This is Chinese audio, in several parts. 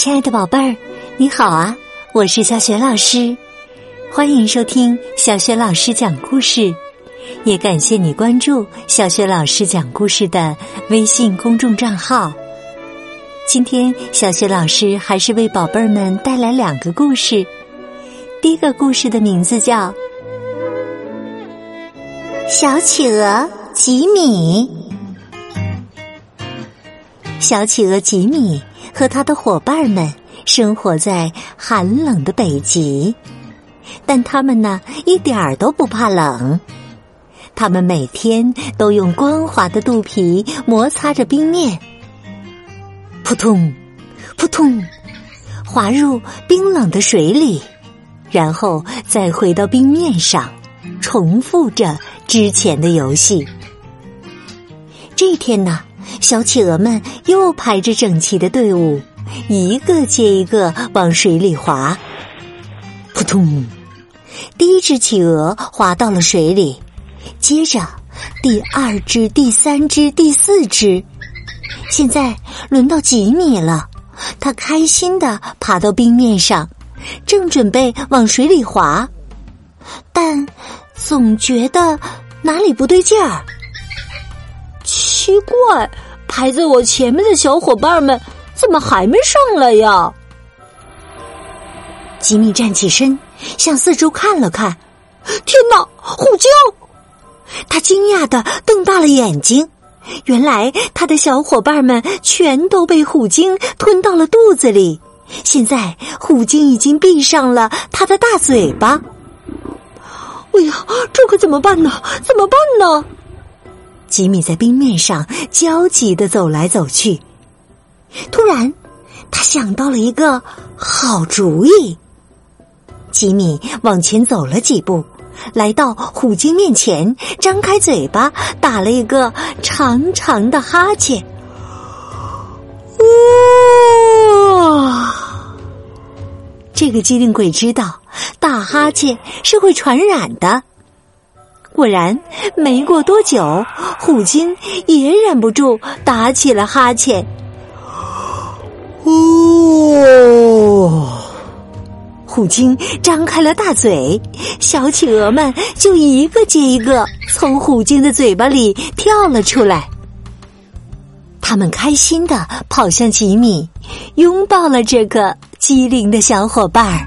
亲爱的宝贝儿，你好啊，我是小雪老师，欢迎收听小雪老师讲故事，也感谢你关注小雪老师讲故事的微信公众账号。今天小雪老师还是为宝贝儿们带来2个故事。第一个故事的名字叫小企鹅吉米。小企鹅吉米和他的伙伴们生活在寒冷的北极，但他们呢，一点儿都不怕冷。他们每天都用光滑的肚皮摩擦着冰面，扑通扑通滑入冰冷的水里，然后再回到冰面上，重复着之前的游戏。这天呢，小企鹅们又排着整齐的队伍，一个接一个往水里滑。扑通，第一只企鹅滑到了水里，接着第2只、第3只、第4只，现在轮到吉米了。他开心地爬到冰面上，正准备往水里滑，但总觉得哪里不对劲儿。 奇怪，排在我前面的小伙伴们怎么还没上来呀？ 吉米站起身，向四周看了看。 天哪，虎鲸！ 他惊讶地瞪大了眼睛，原来他的小伙伴们全都被虎鲸吞到了肚子里，现在虎鲸已经闭上了他的大嘴巴。 哎呀，这可怎么办呢？怎么办呢？ 吉米在冰面上焦急地走来走去，突然他想到了一个好主意。吉米往前走了几步，来到虎鲸面前，张开嘴巴打了一个长长的哈欠。这个机灵鬼知道打哈欠是会传染的。果然没过多久，虎鲸也忍不住打起了哈欠。虎鲸张开了大嘴，小企鹅们就一个接一个从虎鲸的嘴巴里跳了出来。他们开心地跑向吉米，拥抱了这个机灵的小伙伴儿。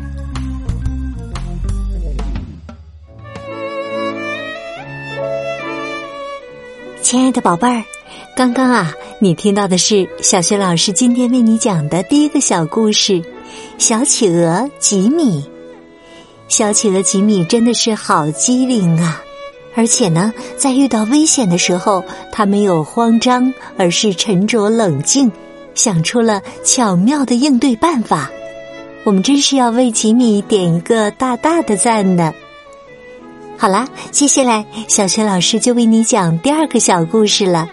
亲爱的宝贝儿，刚刚啊，你听到的是小雪老师今天为你讲的第一个小故事，小企鹅吉米。小企鹅吉米真的是好机灵啊，而且呢，在遇到危险的时候，他没有慌张，而是沉着冷静，想出了巧妙的应对办法。我们真是要为吉米点一个大大的赞呢。好啦，接下来小雪老师就为你讲第2个小故事了。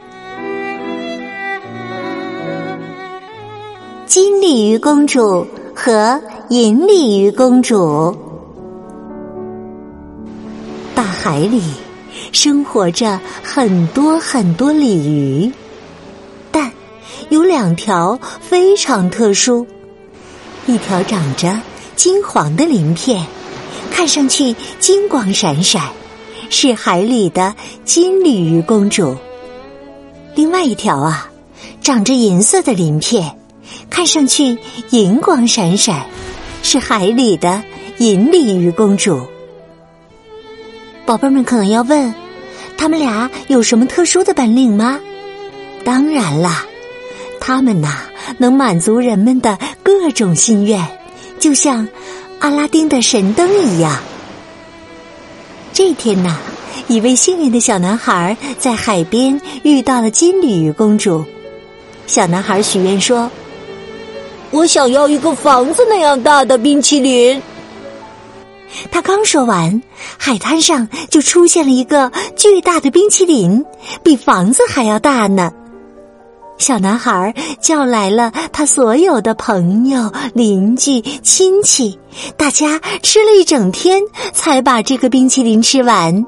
金鲤鱼公主和银鲤鱼公主。大海里生活着很多很多鲤鱼，但有2条非常特殊。一条长着金黄的鳞片，看上去金光闪闪，是海里的金鲤鱼公主。另外一条啊，长着银色的鳞片，看上去银光闪闪，是海里的银鲤鱼公主。宝贝们可能要问，他们俩有什么特殊的本领吗？当然啦，他们呐，能满足人们的各种心愿，就像阿拉丁的神灯一样。这天呐，一位幸运的小男孩在海边遇到了金鲤鱼公主。小男孩许愿说， 我想要一个房子那样大的冰淇淋。 他刚说完，海滩上就出现了一个巨大的冰淇淋，比房子还要大呢。小男孩叫来了他所有的朋友、邻居、亲戚，大家吃了一整天才把这个冰淇淋吃完。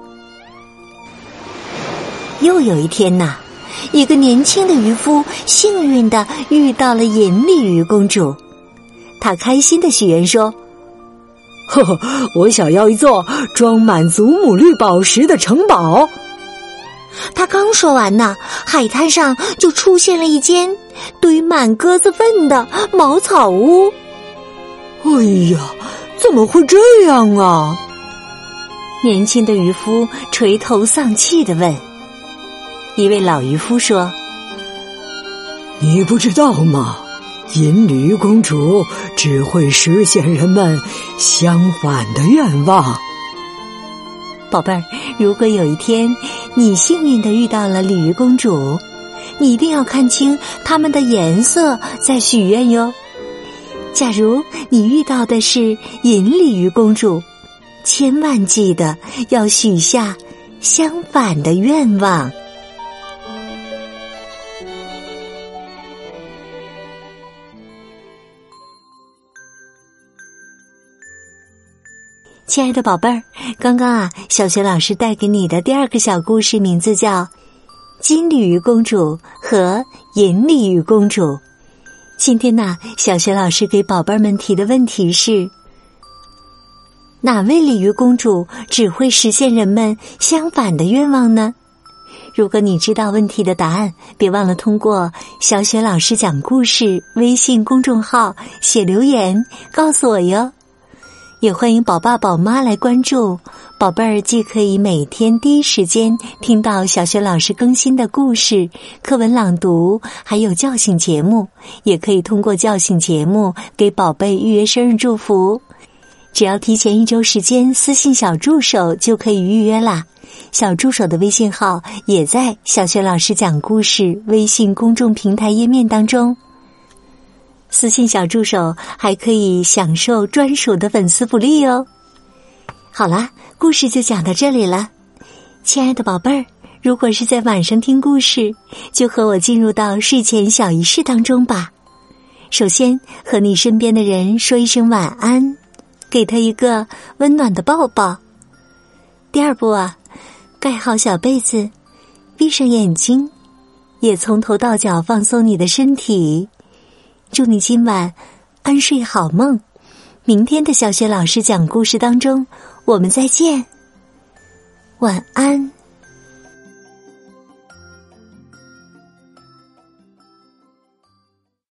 又有一天呐，一个年轻的渔夫幸运地遇到了银鲤鱼公主。 他开心地许愿说： 呵呵，我想要一座装满祖母绿宝石的城堡。 他刚说完呢，海滩上就出现了一间堆满鸽子粪的茅草屋。 哎呀，怎么会这样啊？ 年轻的渔夫垂头丧气地问。一位老渔夫说： 你不知道吗？银驴公主只会实现人们相反的愿望。 宝贝儿，如果有一天你幸运地遇到了鲤鱼公主，你一定要看清它们的颜色再许愿哟。假如你遇到的是银鲤鱼公主，千万记得要许下相反的愿望。亲爱的宝贝儿，刚刚小雪老师带给你的第二个小故事名字叫《金鲤鱼公主和银鲤鱼公主》。今天呢，小雪老师给宝贝们提的问题是：哪位鲤鱼公主只会实现人们相反的愿望呢？如果你知道问题的答案，别忘了通过小雪老师讲故事微信公众号写留言告诉我哟。也欢迎宝爸宝妈来关注，宝贝儿既可以每天第一时间听到小雪老师更新的故事、课文朗读，还有叫醒节目，也可以通过叫醒节目给宝贝预约生日祝福。只要提前1周时间私信小助手就可以预约啦。小助手的微信号也在小雪老师讲故事微信公众平台页面当中。私信小助手还可以享受专属的粉丝福利哦。好啦，故事就讲到这里了。亲爱的宝贝儿，如果是在晚上听故事，就和我进入到睡前小仪式当中吧。首先和你身边的人说一声晚安，给他一个温暖的抱抱。第二步盖好小被子，闭上眼睛，也从头到脚放松你的身体。祝你今晚安睡好梦，明天的小雪老师讲故事当中我们再见，晚安。